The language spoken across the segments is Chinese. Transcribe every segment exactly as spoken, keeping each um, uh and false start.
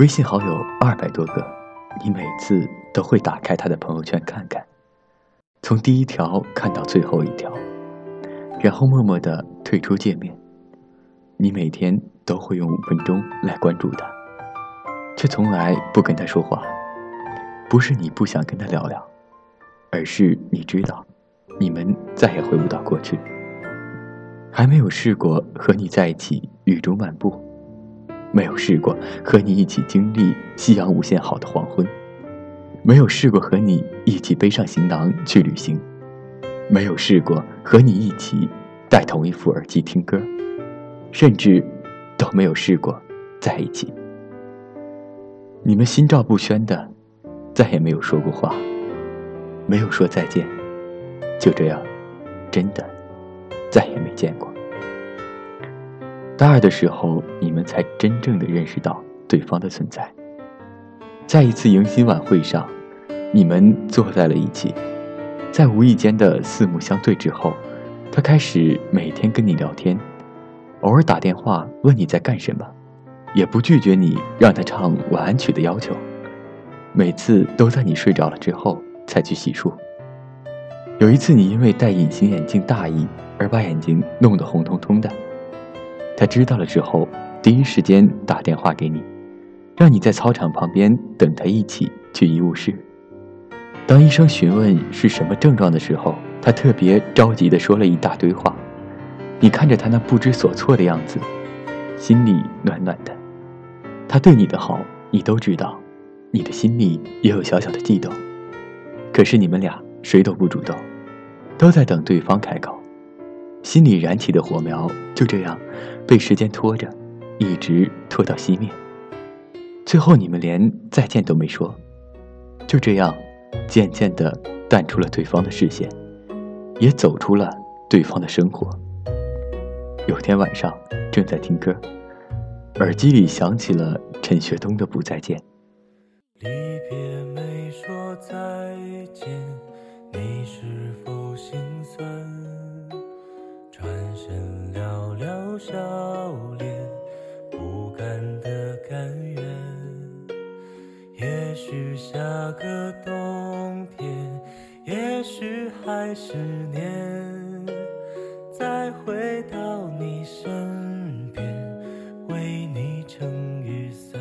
微信好友二百多个，你每次都会打开他的朋友圈看看，从第一条看到最后一条，然后默默地退出界面。你每天都会用五分钟来关注他，却从来不跟他说话。不是你不想跟他聊聊，而是你知道你们再也回不到过去。还没有试过和你在一起雨中漫步，没有试过和你一起经历夕阳无限好的黄昏，没有试过和你一起背上行囊去旅行，没有试过和你一起戴同一副耳机听歌，甚至都没有试过在一起。你们心照不宣的再也没有说过话，没有说再见，就这样真的再也没见过。大二的时候，你们才真正的认识到对方的存在。在一次迎新晚会上，你们坐在了一起，在无意间的四目相对之后，他开始每天跟你聊天，偶尔打电话问你在干什么，也不拒绝你让他唱晚安曲的要求，每次都在你睡着了之后才去洗漱。有一次你因为戴隐形眼镜大意而把眼睛弄得红彤彤的，他知道了之后第一时间打电话给你，让你在操场旁边等他一起去医务室。当医生询问是什么症状的时候，他特别着急地说了一大堆话。你看着他那不知所措的样子，心里暖暖的。他对你的好你都知道，你的心里也有小小的悸动，可是你们俩谁都不主动，都在等对方开口。心里燃起的火苗就这样被时间拖着，一直拖到熄灭。最后你们连再见都没说，就这样渐渐地淡出了对方的视线，也走出了对方的生活。有天晚上正在听歌，耳机里响起了陈学冬的《不再见》。 离别没说再见，你是否心酸？转身寥寥笑脸，不甘的甘愿。也许下个冬天，也许还是年，再回到你身边，为你撑雨伞。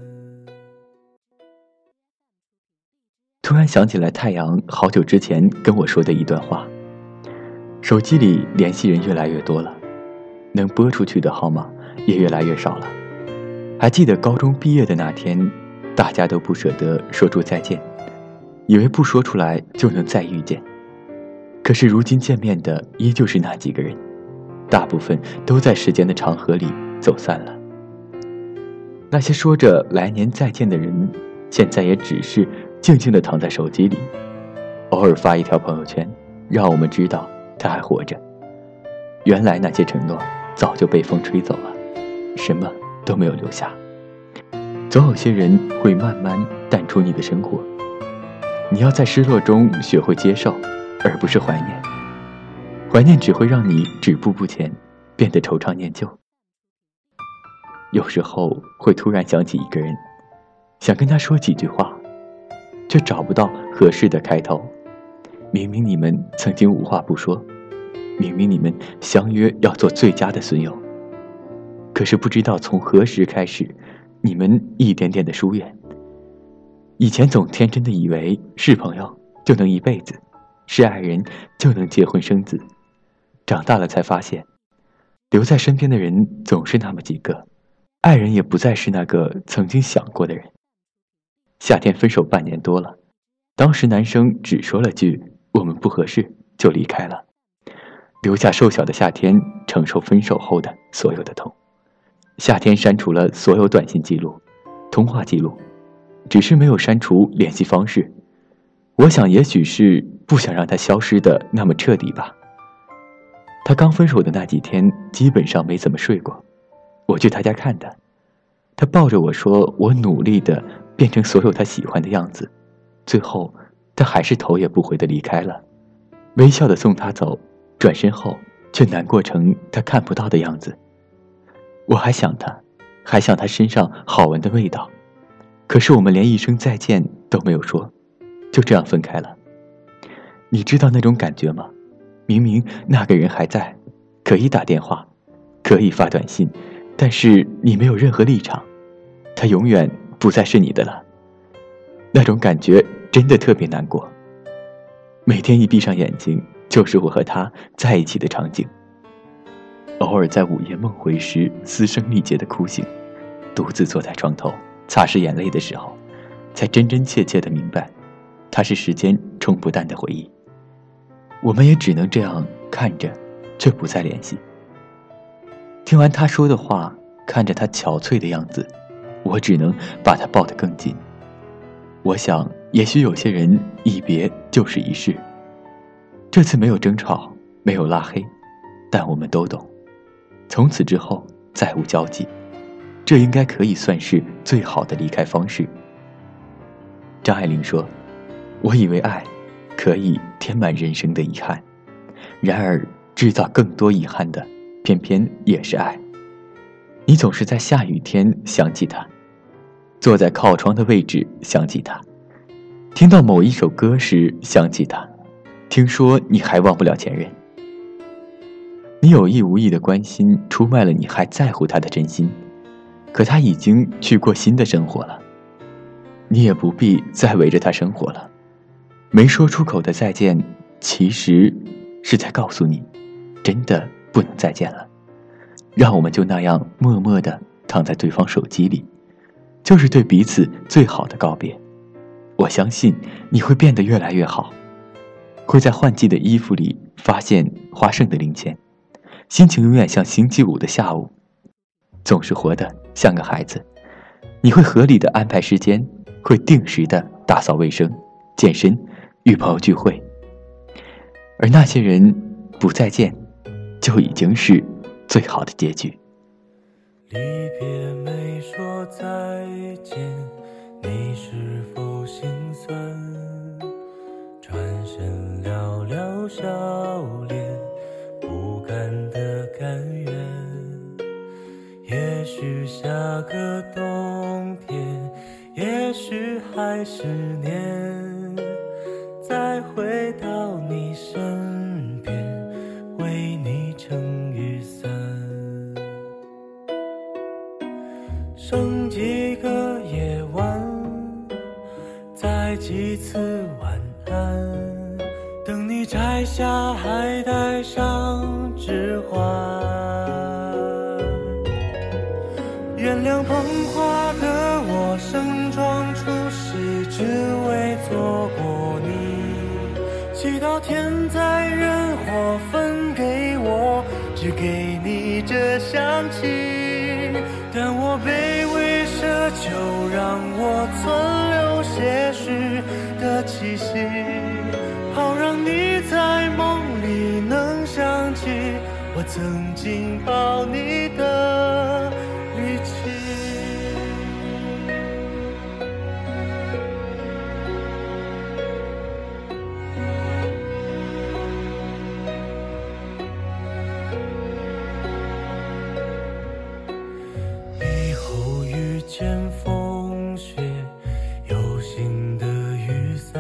突然想起来太阳好久之前跟我说的一段话，手机里联系人越来越多了，能拨出去的号码也越来越少了。还记得高中毕业的那天，大家都不舍得说出再见，以为不说出来就能再遇见。可是如今见面的依旧是那几个人，大部分都在时间的长河里走散了。那些说着来年再见的人，现在也只是静静地躺在手机里，偶尔发一条朋友圈，让我们知道他还活着。原来那些承诺早就被风吹走了，什么都没有留下。总有些人会慢慢淡出你的生活，你要在失落中学会接受，而不是怀念。怀念只会让你止步不前，变得惆怅念旧。有时候会突然想起一个人，想跟他说几句话，却找不到合适的开头。明明你们曾经无话不说，明明你们相约要做最佳的损友，可是不知道从何时开始，你们一点点的疏远。以前总天真的以为是朋友就能一辈子，是爱人就能结婚生子，长大了才发现，留在身边的人总是那么几个，爱人也不再是那个曾经想过的人。夏天分手半年多了，当时男生只说了句我们不合适就离开了，留下瘦小的夏天承受分手后的所有的痛。夏天删除了所有短信记录、通话记录，只是没有删除联系方式。我想也许是不想让他消失的那么彻底吧。他刚分手的那几天基本上没怎么睡过，我去他家看他，他抱着我说我努力的变成所有他喜欢的样子，最后他还是头也不回的离开了。微笑的送他走，转身后却难过成他看不到的样子。我还想他，还想他身上好闻的味道， 可是我们连一声再见都没有说，就这样分开了。你知道那种感觉吗？明明那个人还在，可以打电话，可以发短信，但是你没有任何立场，他永远不再是你的了。那种感觉真的特别难过。每天一闭上眼睛，就是我和他在一起的场景。偶尔在午夜梦回时嘶声力竭的哭醒，独自坐在床头擦拭眼泪的时候，才真真切切地明白，它是时间冲不淡的回忆。我们也只能这样看着，却不再联系。听完他说的话，看着他憔悴的样子，我只能把他抱得更紧。我想，也许有些人一别就是一世。这次没有争吵，没有拉黑，但我们都懂，从此之后再无交集，这应该可以算是最好的离开方式。张爱玲说，我以为爱可以填满人生的遗憾，然而制造更多遗憾的偏偏也是爱。你总是在下雨天想起他，坐在靠窗的位置想起他，听到某一首歌时想起他，听说你还忘不了前任。你有意无意的关心出卖了你还在乎他的真心，可他已经去过新的生活了，你也不必再围着他生活了。没说出口的再见，其实是在告诉你，真的不能再见了。让我们就那样默默地躺在对方手机里，就是对彼此最好的告别。我相信你会变得越来越好，会在换季的衣服里发现花剩的零钱，心情永远像星期五的下午，总是活得像个孩子。你会合理的安排时间，会定时的打扫卫生、健身、与朋友聚会。而那些人不再见，就已经是最好的结局。 离别没说再见，你是否心酸？转身寥寥笑脸，不甘的甘愿。也许下个冬天，也许还是年，再回到你身边，为你撑雨伞。剩几个夜晚，再几次晚安，等你摘下还带上指环。原谅捧花的我盛装出席，只为错过你。祈祷天灾人祸分给我，只给你这香气。但我卑微奢求，让我存留些许的气息，好让你在梦里能想起我曾经抱你的力气。以后遇见风雪，有新的雨伞，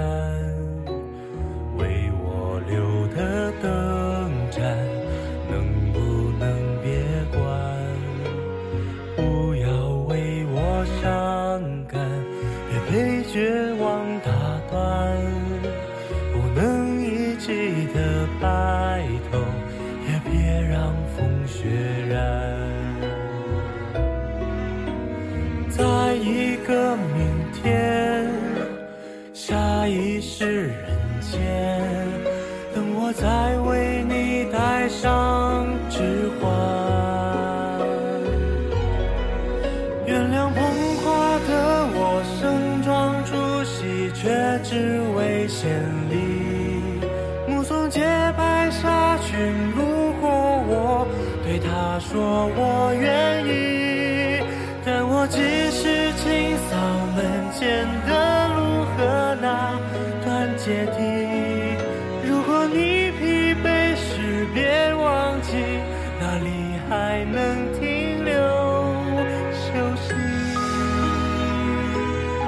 为我留的灯盏，能不能别关？不要为我伤感，别被绝望打断。不能一起的白头，也别让风雪染。在一个明天，下一世人间，等我再为你戴上指环。原谅捧花的我盛装出席，却只为献礼。目送洁白纱裙路过我，对他说我愿意，但我只是清扫门前的路和那段阶梯。如果你疲惫时别忘记，哪里还能停留休息。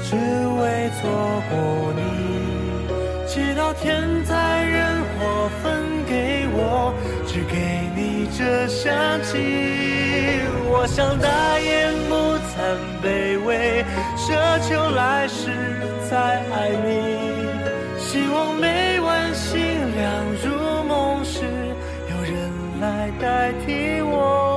只为错过你，直到天灾人祸分给我，只给你这香气。我想大言不惭卑微，奢求来世再爱你，希望每晚星亮入梦时，有人来代替我。